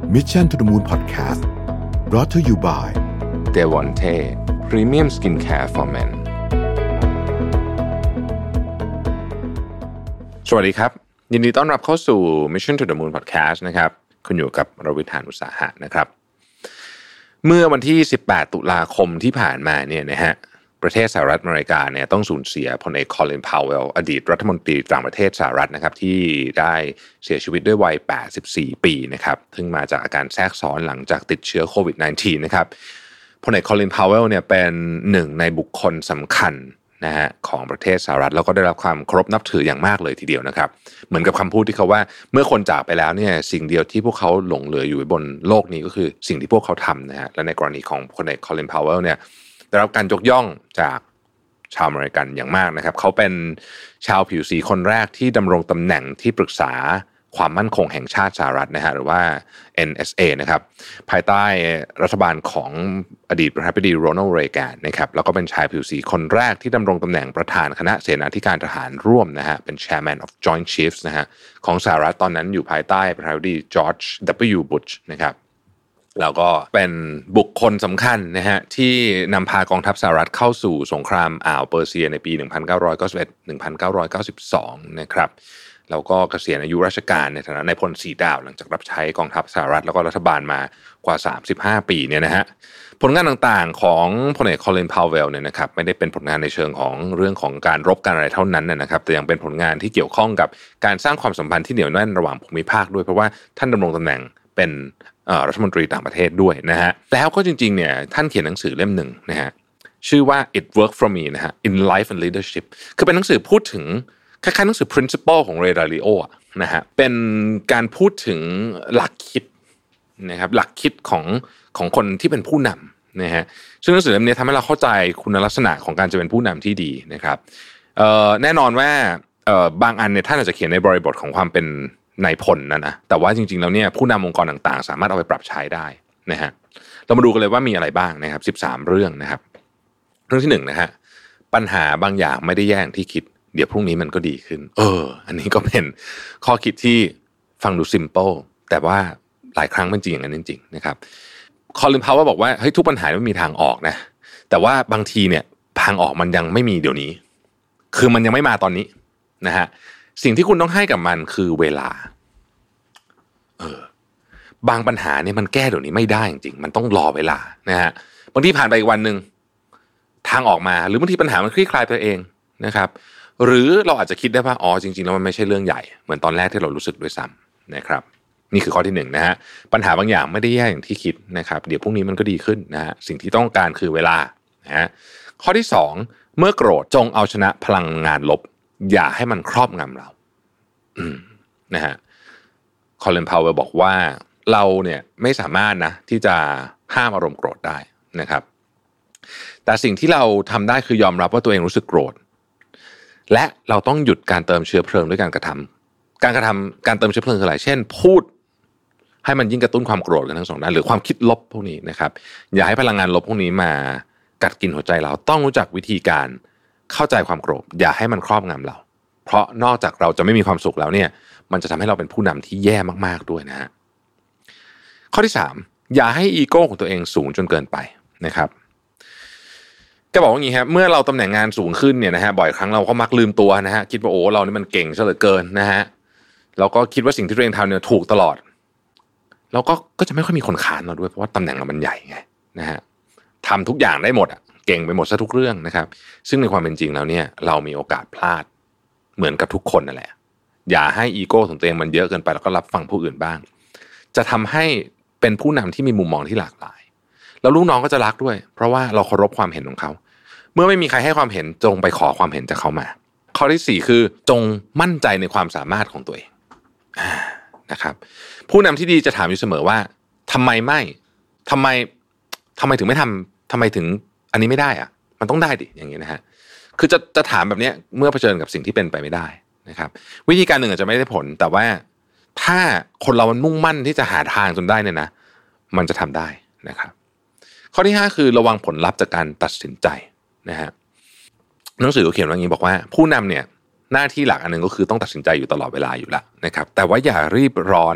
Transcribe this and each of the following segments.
Mission to the Moon Podcast brought to you by Devonte Premium Skincare for Men สวัสดีครับยินดีต้อนรับเข้าสู่ Mission to the Moon Podcast นะครับคุณอยู่กับรวิธานอุตสาหะนะครับเมื่อวันที่18ตุลาคมที่ผ่านมาเนี่ยนะฮะประเทศสหรัฐอเมริกาเนี่ยต้องสูญเสียพลเอกคอลิน พาวเวลอดีตรัฐมนตรีต่างประเทศสหรัฐนะครับที่ได้เสียชีวิตด้วยวัย84ปีนะครับซึ่งมาจากอาการแทรกซ้อนหลังจากติดเชื้อโควิด -19 นะครับพลเอกคอลิน พาวเวลเนี่ยเป็นหนึ่งในบุคคลสำคัญนะฮะของประเทศสหรัฐแล้วก็ได้รับความเคารพนับถืออย่างมากเลยทีเดียวนะครับเหมือนกับคำพูดที่เขาว่าเมื่อคนจากไปแล้วเนี่ยสิ่งเดียวที่พวกเขาหลงเหลืออยู่บนโลกนี้ก็คือสิ่งที่พวกเขาทำนะฮะและในกรณีของพลเอกคอลิน พาวเวลเนี่ยได้รับการยกย่องจากชาวอเมริกันอย่างมากนะครับเขาเป็นชาวผิวสีคนแรกที่ดำรงตำแหน่งที่ปรึกษาความมั่นคงแห่งชาติสหรัฐนะฮะหรือว่า NSA นะครับภายใต้รัฐบาลของอดีตประธานาธิบดีโรนัลด์ เรแกนนะครับแล้วก็เป็นชายผิวสีคนแรกที่ดำรงตำแหน่งประธานคณะเสนาธิการทหารร่วมนะฮะเป็น Chairman of Joint Chiefs นะฮะของสหรัฐตอนนั้นอยู่ภายใต้ประธานาธิบดีจอร์จ W. บุชนะครับแล้วก็เป็นบุคคลสำคัญนะฮะที่นำพากองทัพสหรัฐเข้าสู่สงครามอ่าวเปอร์เซียในปี 1991-1992 นะครับแล้วก็เกษียณอายุราชการในฐานะนายพล4 ดาวหลังจากรับใช้กองทัพสหรัฐแล้วก็รัฐบาลมากว่า35ปีเนี่ยนะฮะผลงานต่างๆของพลเอกคอลิน พาวเวลเนี่ยนะครับไม่ได้เป็นผลงานในเชิงของเรื่องของการรบกันอะไรเท่านั้นนะครับแต่ยังเป็นผลงานที่เกี่ยวข้องกับการสร้างความสัมพันธ์ที่เหนียวแน่นระหว่างภูมิภาคด้วยเพราะว่าท่านดำรงตำแหน่งเป็นรัฐมนตรีต่างประเทศด้วยนะฮะแล้วก็จริงๆเนี่ยท่านเขียนหนังสือเล่มหนึ่งนะฮะชื่อว่า It Worked for Me นะฮะ In Life and Leadership คือเป็นหนังสือพูดถึงคล้ายๆหนังสือ principle ของเรย์ ดาลิโอนะฮะเป็นการพูดถึงหลักคิดนะครับหลักคิดของคนที่เป็นผู้นำนะฮะซึ่งหนังสือเล่มนี้ทำให้เราเข้าใจคุณลักษณะของการจะเป็นผู้นำที่ดีนะครับแน่นอนว่าบางอันเนี่ยท่านอาจจะเขียนในบริบทของความเป็นนายพลนะแต่ว่าจริงๆแล้วเนี่ยผู้นำองค์กรต่างๆสามารถเอาไปปรับใช้ได้นะฮะเรามาดูกันเลยว่ามีอะไรบ้างนะครับ13เรื่องนะครับเรื่องที่1นะฮะปัญหาบางอย่างไม่ได้แย่อย่างที่คิดเดี๋ยวพรุ่งนี้มันก็ดีขึ้นอันนี้ก็เป็นข้อคิดที่ฟังดู simple แต่ว่าหลายครั้งเป็นจริงอย่างนั้นจริงๆนะครับคอลิน พาวเวลบอกว่าเฮ้ยทุกปัญหาไม่มีทางออกนะแต่ว่าบางทีเนี่ยทางออกมันยังไม่มีเดี๋ยวนี้คือมันยังไม่มาตอนนี้นะฮะสิ่งที่คุณต้องให้กับมันคือเวลาบางปัญหาเนี่ยมันแก้เดี๋ยวนี้ไม่ได้จริงๆมันต้องรอเวลานะฮะบางทีผ่านไปอีกวันนึงทางออกมาหรือบางทีปัญหามันคลี่คลายไปเองนะครับหรือเราอาจจะคิดได้ว่าจริงๆแล้วมันไม่ใช่เรื่องใหญ่เหมือนตอนแรกที่เรารู้สึกด้วยซ้ำนะครับนี่คือข้อที่1นะฮะปัญหาบางอย่างไม่ได้แย่อย่างที่คิดนะครับเดี๋ยวพรุ่งนี้มันก็ดีขึ้นนะฮะสิ่งที่ต้องการคือเวลานะฮะข้อที่2เมื่อโกรธจงเอาชนะพลังงานลบอย่าให้มันครอบงำเรานะฮะคอลิน พาวเวลบอกว่าเราเนี่ยไม่สามารถนะที่จะห้ามอารมณ์โกรธได้นะครับแต่สิ่งที่เราทำได้คือยอมรับว่าตัวเองรู้สึกโกรธและเราต้องหยุดการเติมเชื้อเพลิงด้วยการเติมเชื้อเพลิงคืออะไรเช่นพูดให้มันยิ่งกระตุ้นความโกรธกันทั้งสองด้านหรือความคิดลบพวกนี้นะครับอย่าให้พลังงานลบพวกนี้มากัดกินหัวใจเราต้องรู้จักวิธีการเข้าใจความโกรธอย่าให้มันครอบงำเราเพราะนอกจากเราจะไม่มีความสุขแล้วเนี่ยมันจะทำให้เราเป็นผู้นำที่แย่มากๆด้วยนะฮะข้อที่3อย่าให้อีโก้ของตัวเองสูงจนเกินไปนะครับก็บอกว่าอย่างนี้ครับเมื่อเราตำแหน่งงานสูงขึ้นเนี่ยนะฮะบ่อยครั้งเราก็มักลืมตัวนะฮะคิดว่าเรานี่มันเก่งซะเหลือเกินนะฮะแล้วก็คิดว่าสิ่งที่ตัวเองทำเนี่ยถูกตลอดแล้วก็จะไม่ค่อยมีคนค้านเราด้วยเพราะว่าตำแหน่งเรามันใหญ่ไงนะฮะทำทุกอย่างได้หมดเก่งไปหมดซะทุกเรื่องนะครับซึ่งในความเป็นจริงแล้วเนี่ยเรามีโอกาสพลาดเหมือนกับทุกคนนั่นแหละอย่าให้อีโก้ของตัวเองมันเยอะเกินไปแล้วก็รับฟังผู้อื่นบ้างจะทำให้เป็นผู้นำที่มีมุมมองที่หลากหลายแล้วลูกน้องก็จะรักด้วยเพราะว่าเราเคารพความเห็นของเขาเมื่อไม่มีใครให้ความเห็นจงไปขอความเห็นจากเขามาข้อที่4คือจงมั่นใจในความสามารถของตัวเองนะครับผู้นำที่ดีจะถามอยู่เสมอว่าทำไมถึงไม่ทำทำไมถึงอันนี้ไม่ได้มันต้องได้ดิอย่างนี้นะฮะคือจะถามแบบนี้เมื่อเผชิญกับสิ่งที่เป็นไปไม่ได้นะครับวิธีการหนึ่งอาจจะไม่ได้ผลแต่ว่าถ้าคนเรามันมุ่งมั่นที่จะหาทางจนได้เนี่ยนะมันจะทำได้นะครับข้อที่5คือระวังผลลัพธ์จากการตัดสินใจนะฮะหนังสือเขียนว่าอย่างนี้บอกว่าผู้นำเนี่ยหน้าที่หลักอันนึงก็คือต้องตัดสินใจอยู่ตลอดเวลาอยู่แล้วนะครับแต่ว่าอย่ารีบร้อนใน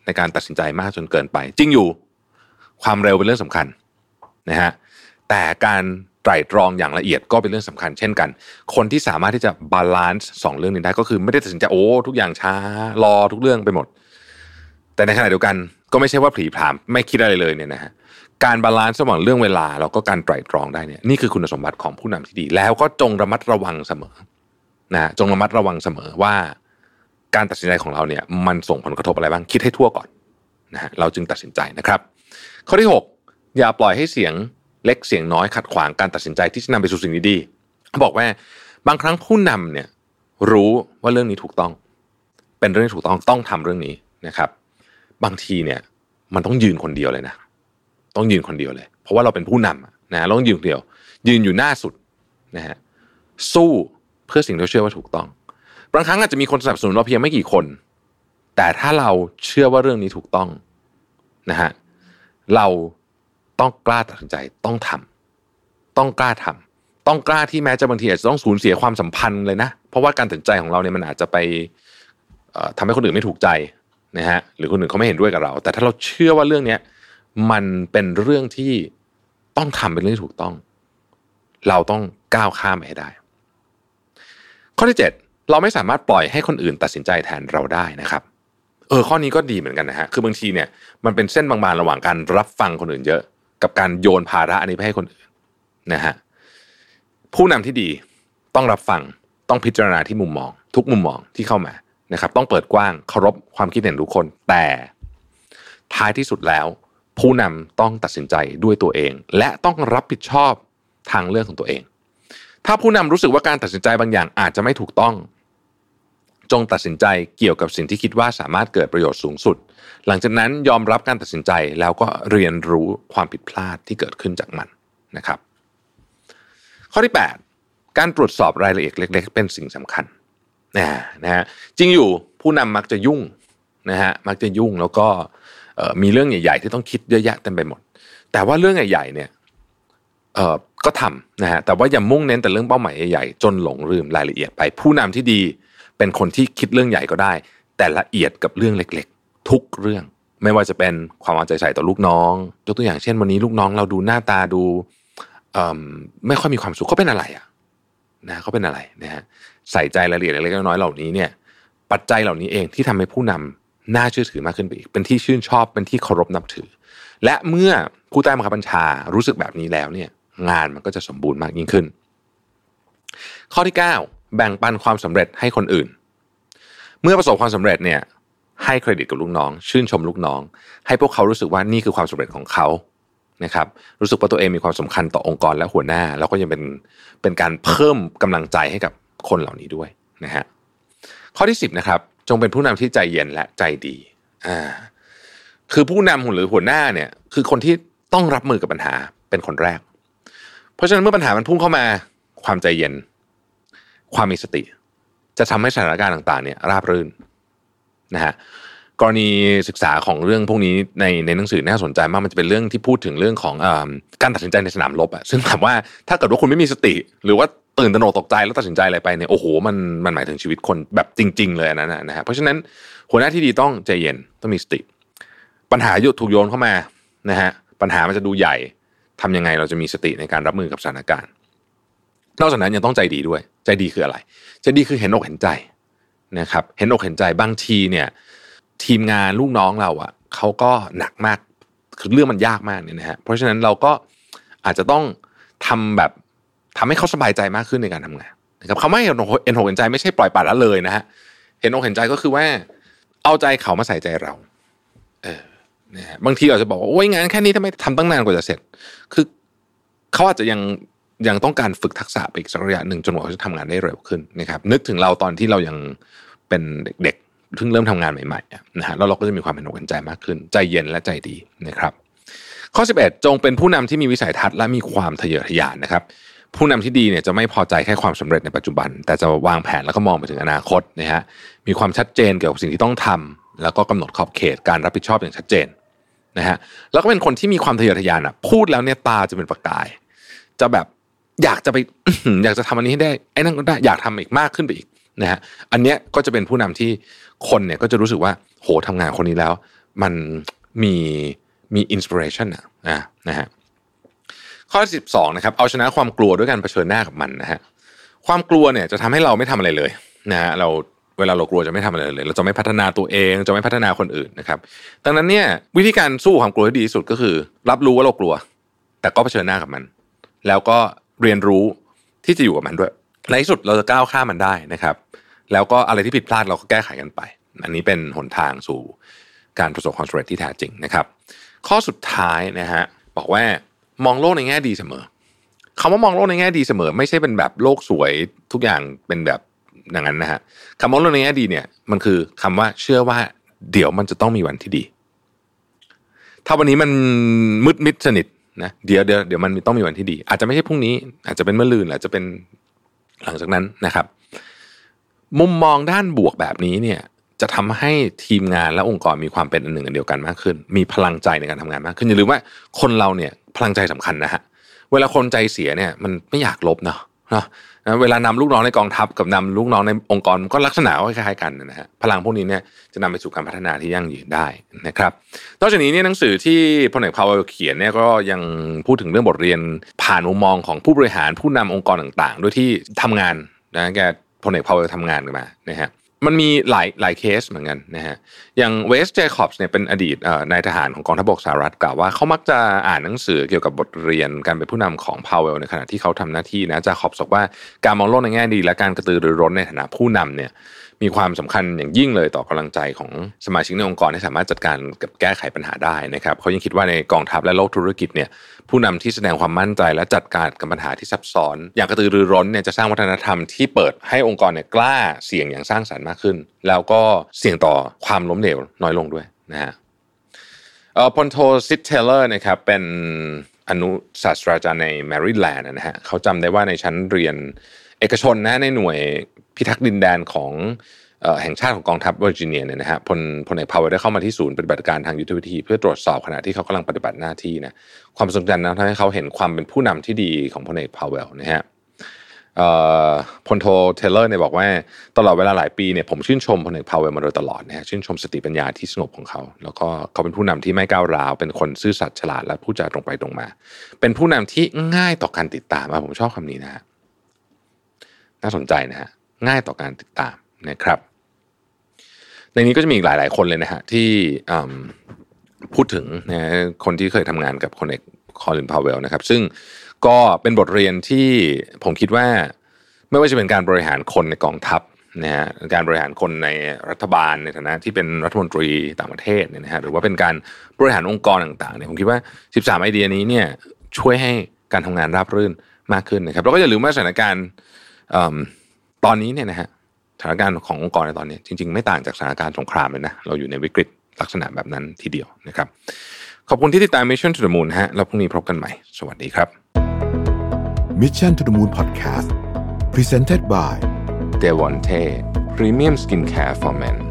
ในการตัดสินใจมากจนเกินไปจริงอยู่ความเร็วเป็นเรื่องสำคัญนะฮะแต่การไตร่ตรองอย่างละเอียดก็เป็นเรื่องสำคัญเช่นกันคนที่สามารถที่จะบาลานซ์2เรื่องนี้ได้ก็คือไม่ได้ตัดสินใจทุกอย่างช้ารอทุกเรื่องไปหมดแต่ในขณะเดียวกันก็ไม่ใช่ว่าผลีผลามไม่คิดอะไรเลยเนี่ยนะฮะการบาลานซ์ระหว่างเรื่องเวลาแล้วก็การไตร่ตรองได้เนี่ยนี่คือคุณสมบัติของผู้นำที่ดีแล้วก็จงระมัดระวังเสมอนะจงระมัดระวังเสมอว่าการตัดสินใจของเราเนี่ยมันส่งผลกระทบอะไรบ้างคิดให้ทั่วก่อนนะฮะเราจึงตัดสินใจนะครับข้อที่6อย่าปล่อยให้เสียงเล็กเสียงน้อยขัดขวางการตัดสินใจที่จะนำไปสู่สิ่งดีๆเขาบอกว่าบางครั้งผู้นำเนี่ยรู้ว่าเรื่องนี้ถูกต้องเป็นเรื่องที่ถูกต้องทำเรื่องนี้นะครับบางทีเนี่ยมันต้องยืนคนเดียวเลยนะต้องยืนคนเดียวเลยเพราะว่าเราเป็นผู้นำนะเราต้องยืนคนเดียวยืนอยู่หน้าสุดนะฮะสู้เพื่อสิ่งที่เราเชื่อว่าถูกต้องบางครั้งอาจจะมีคนสนับสนุนเราเพียงไม่กี่คนแต่ถ้าเราเชื่อว่าเรื่องนี้ถูกต้องนะฮะเราต้องกล้าตัดสินใจต้องทำต้องกล้าทำต้องกล้าที่แม้จะบางทีอาจจะต้องสูญเสียความสัมพันธ์เลยนะเพราะว่าการตัดสินใจของเราเนี่ยมันอาจจะไปทำให้คนอื่นไม่ถูกใจนะฮะหรือคนอื่นเขาไม่เห็นด้วยกับเราแต่ถ้าเราเชื่อว่าเรื่องนี้มันเป็นเรื่องที่ต้องทำเป็นเรื่องที่ถูกต้องเราต้องก้าวข้ามไปให้ได้ข้อที่7เราไม่สามารถปล่อยให้คนอื่นตัดสินใจแทนเราได้นะครับข้อนี้ก็ดีเหมือนกันนะฮะคือบางทีเนี่ยมันเป็นเส้นบางๆระหว่างการรับฟังคนอื่นเยอะกับการโยนภาระอันนี้ไปให้คนอื่นนะฮะผู้นำที่ดีต้องรับฟังต้องพิจารณาที่มุมมองทุกมุมมองที่เข้ามานะครับต้องเปิดกว้างเคารพความคิดเห็นทุกคนแต่ท้ายที่สุดแล้วผู้นำต้องตัดสินใจด้วยตัวเองและต้องรับผิดชอบทางเลือกของตัวเองถ้าผู้นำรู้สึกว่าการตัดสินใจบางอย่างอาจจะไม่ถูกต้องจงตัดสินใจเกี่ยวกับสิ่งที่คิดว่าสามารถเกิดประโยชน์สูงสุดหลังจากนั้นยอมรับการตัดสินใจแล้วก็เรียนรู้ความผิดพลาดที่เกิดขึ้นจากมันนะครับข้อที่8การตรวจสอบรายละเอียดเล็กๆเป็นสิ่งสำคัญนะฮะจริงอยู่ผู้นำมักจะยุ่งนะฮะมักจะยุ่งแล้วก็มีเรื่องใหญ่ๆที่ต้องคิดเยอะแยะเต็มไปหมดแต่ว่าเรื่องใหญ่ๆเนี่ยก็ทำนะฮะแต่ว่าอย่ามุ่งเน้นแต่เรื่องเป้าหมายใหญ่ๆจนหลงลืมรายละเอียดไปผู้นำที่ดีเป็นคนที่คิดเรื่องใหญ่ก็ได้แต่ละเอียดกับเรื่องเล็กๆทุกเรื่องไม่ว่าจะเป็นความเอาใจใส่ต่อลูกน้องยกตัวอย่างเช่นวันนี้ลูกน้องเราดูหน้าตาดูไม่ค่อยมีความสุขเขาเป็นอะไรนะเขาเป็นอะไรนะฮะใส่ใจรายละเอียดเล็กๆน้อยๆเหล่านี้เนี่ยปัจจัยเหล่านี้เองที่ทำให้ผู้นำน่าเชื่อถือมากขึ้นไปอีกเป็นที่ชื่นชอบเป็นที่เคารพนับถือและเมื่อผู้ใต้บังคับบัญชารู้สึกแบบนี้แล้วเนี่ยงานมันก็จะสมบูรณ์มากยิ่งขึ้นข้อที่9แบ่งปันความสำเร็จให้คนอื่นเมื่อประสบความสำเร็จเนี่ยให้เครดิตกับลูกน้องชื่นชมลูกน้องให้พวกเขารู้สึกว่านี่คือความสำเร็จของเขานะครับรู้สึกว่าตัวเองมีความสำคัญต่อองค์กรและหัวหน้าแล้วก็ยังเป็นการเพิ่มกำลังใจให้กับคนเหล่านี้ด้วยนะฮะข้อที่10นะครับจงเป็นผู้นำที่ใจเย็นและใจดีคือผู้นำหรือหัวหน้าเนี่ยคือคนที่ต้องรับมือกับปัญหาเป็นคนแรกเพราะฉะนั้นเมื่อปัญหามันพุ่งเข้ามาความใจเย็นความมีสติจะทำให้สถานการณ์ต่างๆเนี่ยราบรื่นนะฮะกรณีศึกษาของเรื่องพวกนี้ในหนังสือน่าสนใจมากมันจะเป็นเรื่องที่พูดถึงเรื่องของการตัดสินใจในสนามรบซึ่งแบบว่าถ้าเกิดว่าคุณไม่มีสติหรือว่าตื่นตระหนกตกใจแล้วตัดสินใจอะไรไปเนี่ยโอ้โหมันหมายถึงชีวิตคนแบบจริงๆเลยนะฮะเพราะฉะนั้นหัวหน้าที่ดีต้องใจเย็นต้องมีสติปัญหาถูกโยนเข้ามานะฮะปัญหามันจะดูใหญ่ทำยังไงเราจะมีสติในการรับมือกับสถานการณ์นอกจากนั้นยังต้องใจดีด้วยใจดีคืออะไรใจดีคือเห็นอกเห็นใจนะครับเห็นอกเห็นใจบางทีเนี่ยทีมงานลูกน้องเราเขาก็หนักมากคือเรื่องมันยากมากเนี่ยนะฮะเพราะฉะนั้นเราก็อาจจะต้องทำให้เขาสบายใจมากขึ้นในการทำงานนะครับคำว่าเห็นอกเห็นใจไม่ใช่ปล่อยปละละเลยนะฮะเห็นอกเห็นใจก็คือว่าเอาใจเขามาใส่ใจเรานะฮะบางทีเราจะบอกว่าโอ้ยงานแค่นี้ทำไมทำตั้งนานกว่าจะเสร็จคือเขาอาจจะยังต้องการฝึกทักษะไปอีกสักระยะหนึ่งจนกว่าเขาจะทำงานได้เร็วขึ้นนะครับนึกถึงเราตอนที่เรายังเป็นเด็กๆเพิ่งเริ่มทำงานใหม่ๆนะฮะแล้วเราก็จะมีความเห็นอกเห็นใจมากขึ้นใจเย็นและใจดีนะครับข้อ11จงเป็นผู้นำที่มีวิสัยทัศน์และมีความทะเยอทะยานนะครับผู้นำที่ดีเนี่ยจะไม่พอใจแค่ความสำเร็จในปัจจุบันแต่จะวางแผนแล้วก็มองไปถึงอนาคตนะฮะมีความชัดเจนเกี่ยวกับสิ่งที่ต้องทำแล้วก็กำหนดขอบเขตการรับผิดชอบอย่างชัดเจนนะฮะแล้วก็เป็นคนที่มีความทะเยอทะยานพูดแล้วเนี่ยตาจะเป็นประกายจะแบบอยากจะไป อยากจะทำอันนี้ให้ได้ไอ้นั่นก็ได้อยากทำอีกมากขึ้นไปอีกนะฮะอันเนี้ยก็จะเป็นผู้นำที่คนเนี่ยก็จะรู้สึกว่าโหทำงานคนนี้แล้วมันมีอินสปิเรชันนะฮะข้อ12นะครับเอาชนะความกลัวด้วยการเผชิญหน้ากับมันนะฮะความกลัวเนี่ยจะทำให้เราไม่ทำอะไรเลยนะฮะเวลาเรากลัวจะไม่ทำอะไรเลยเราจะไม่พัฒนาตัวเองจะไม่พัฒนาคนอื่นนะครับดังนั้นเนี่ยวิธีการสู้ความกลัวที่ดีที่สุดก็คือรับรู้ว่าเรากลัวแต่ก็เผชิญหน้ากับมันแล้วก็เรียนรู้ที่จะอยู่กับมันด้วยในที่สุดเราจะก้าวข้ามมันได้นะครับแล้วก็อะไรที่ผิดพลาดเราก็แก้ไขกันไปอันนี้เป็นหนทางสู่การประสบความสำเร็จที่แท้จริงนะครับข้อสุดท้ายนะฮะบอกว่ามองโลกในแง่ดีเสมอคำว่ามองโลกในแง่ดีเสมอไม่ใช่เป็นแบบโลกสวยทุกอย่างเป็นแบบอย่างนั้นนะฮะคำมองโลกในแง่ดีเนี่ยมันคือคำว่าเชื่อว่าเดี๋ยวมันจะต้องมีวันที่ดีถ้าวันนี้มันมืดมิดสนิทนะเดี๋ยวมันต้องมีวันที่ดีอาจจะไม่ใช่พรุ่งนี้อาจจะเป็นมะรืนอาจจะเป็นหลังจากนั้นนะครับมุมมองด้านบวกแบบนี้เนี่ยจะทำให้ทีมงานและองค์กรมีความเป็นอันหนึ่งอันเดียวกันมากขึ้นมีพลังใจในการทำงานมากขึ้นอย่าลืมว่าคนเราเนี่ยพลังใจสำคัญนะฮะเวลาคนใจเสียเนี่ยมันไม่อยากลบเนาะเวลานำลูกน้องในกองทัพกับนำลูกน้องในองค์กรก็ลักษณะคล้ายๆกันนะฮะพลังพวกนี้เนี่ยจะนำไปสู่การพัฒนาที่ยั่งยืนได้นะครับนอกจากนี้เนี่ยหนังสือที่พลเอกพาวเวลเขียนเนี่ยก็ยังพูดถึงเรื่องบทเรียนผ่านมุมมองของผู้บริหารผู้นำองค์กรต่างๆด้วยที่ทำงานนะแกพลเอกพาวเวลทำงานกันมานะฮะมันมีหลายเคสเหมือนกันนะฮะอย่างเวสเจคอบส์เนี่ยเป็นอดีตนายทหารของกองทัพบกสหรัฐกล่าวว่าเขามักจะอ่านหนังสือเกี่ยวกับบทเรียนการเป็นผู้นำของพาวเวลในขณะที่เขาทำหน้าที่นะจาคอบส์บอกว่าการมองโลกในแง่ดีและการกระตือรือร้นในฐานะผู้นำเนี่ยมีความสำคัญอย่างยิ่งเลยต่อกำลังใจของสมาชิกในองค์กรที่สามารถจัดการกับแก้ไขปัญหาได้นะครับเขายังคิดว่าในกองทัพและโลกธุรกิจเนี่ยผู้นำที่แสดงความมั่นใจและจัดการกับปัญหาที่ซับซ้อนอย่างกระตือรือร้นเนี่ยจะสร้างวัฒนธรรมที่เปิดให้องค์กรเนี่ยกล้าเสี่ยงอย่างสร้างสรรค์มากขึ้นแล้วก็เสี่ยงต่อความล้มเหลวน้อยลงด้วยนะฮะพลโทซิดเทเลอร์นะครับเป็นอนุศาสตราจารย์ในแมริแลนด์นะฮะเขาจำได้ว่าในชั้นเรียนเอกชนนะในหน่วยพิทักษ์ดินแดนของแห่งชาติของกองทัพเวอร์จิเนียเนี่ยนะฮะพลเอกพาวเวลได้เข้ามาที่ศูนย์ปฏิบัติการทางยุทธวิธีเพื่อตรวจสอบขณะที่เขากำลังปฏิบัติหน้าที่นะความทรงจำนั้นทำให้เขาเห็นความเป็นผู้นำที่ดีของพลเอกพาวเวลนะฮะพลโทเทเลอร์เนี่ยบอกว่าตลอดเวลาหลายปีเนี่ยผมชื่นชมพลเอกพาวเวลมาโดยตลอดนะฮะชื่นชมสติปัญญาที่สงบของเขาแล้วก็เขาเป็นผู้นำที่ไม่ก้าวร้าวเป็นคนซื่อสัตย์ฉลาดและพูดจาตรงไปตรงมาเป็นผู้นำที่ง่ายต่อการติดตามผมชอบคำนี้นะฮะน่าสนใจนะฮะง่ายต่อการติดตามนะครับในนี้ก็จะมีอีกหลายๆคนเลยนะฮะที่พูดถึงนะคนที่เคยทำงานกับคนเอกคอลินพาวเวลนะครับซึ่งก็เป็นบทเรียนที่ผมคิดว่าไม่ว่าจะเป็นการบริหารคนในกองทัพนะฮะการบริหารคนในรัฐบาลในฐานะที่เป็นรัฐมนตรีต่างประเทศเนี่ยนะฮะหรือว่าเป็นการบริหารองค์กรต่างๆเนี่ยผมคิดว่า13ไอเดียนี้เนี่ยช่วยให้การทำงานราบรื่นมากขึ้นนะครับแล้วก็อย่าลืมว่าสถานการณ์ตอนนี้เนี่ยนะฮะสถานการณ์ขององค์กรในตอนนี้จริงๆไม่ต่างจากสถานการณ์สงครามเลยนะเราอยู่ในวิกฤตลักษณะแบบนั้นทีเดียวนะครับขอบคุณที่ติดตาม Mission to the Moon ฮะแล้วพรุ่งนี้พบกันใหม่สวัสดีครับ Mission to the Moon Podcast Presented by Devonte Premium Skincare for Men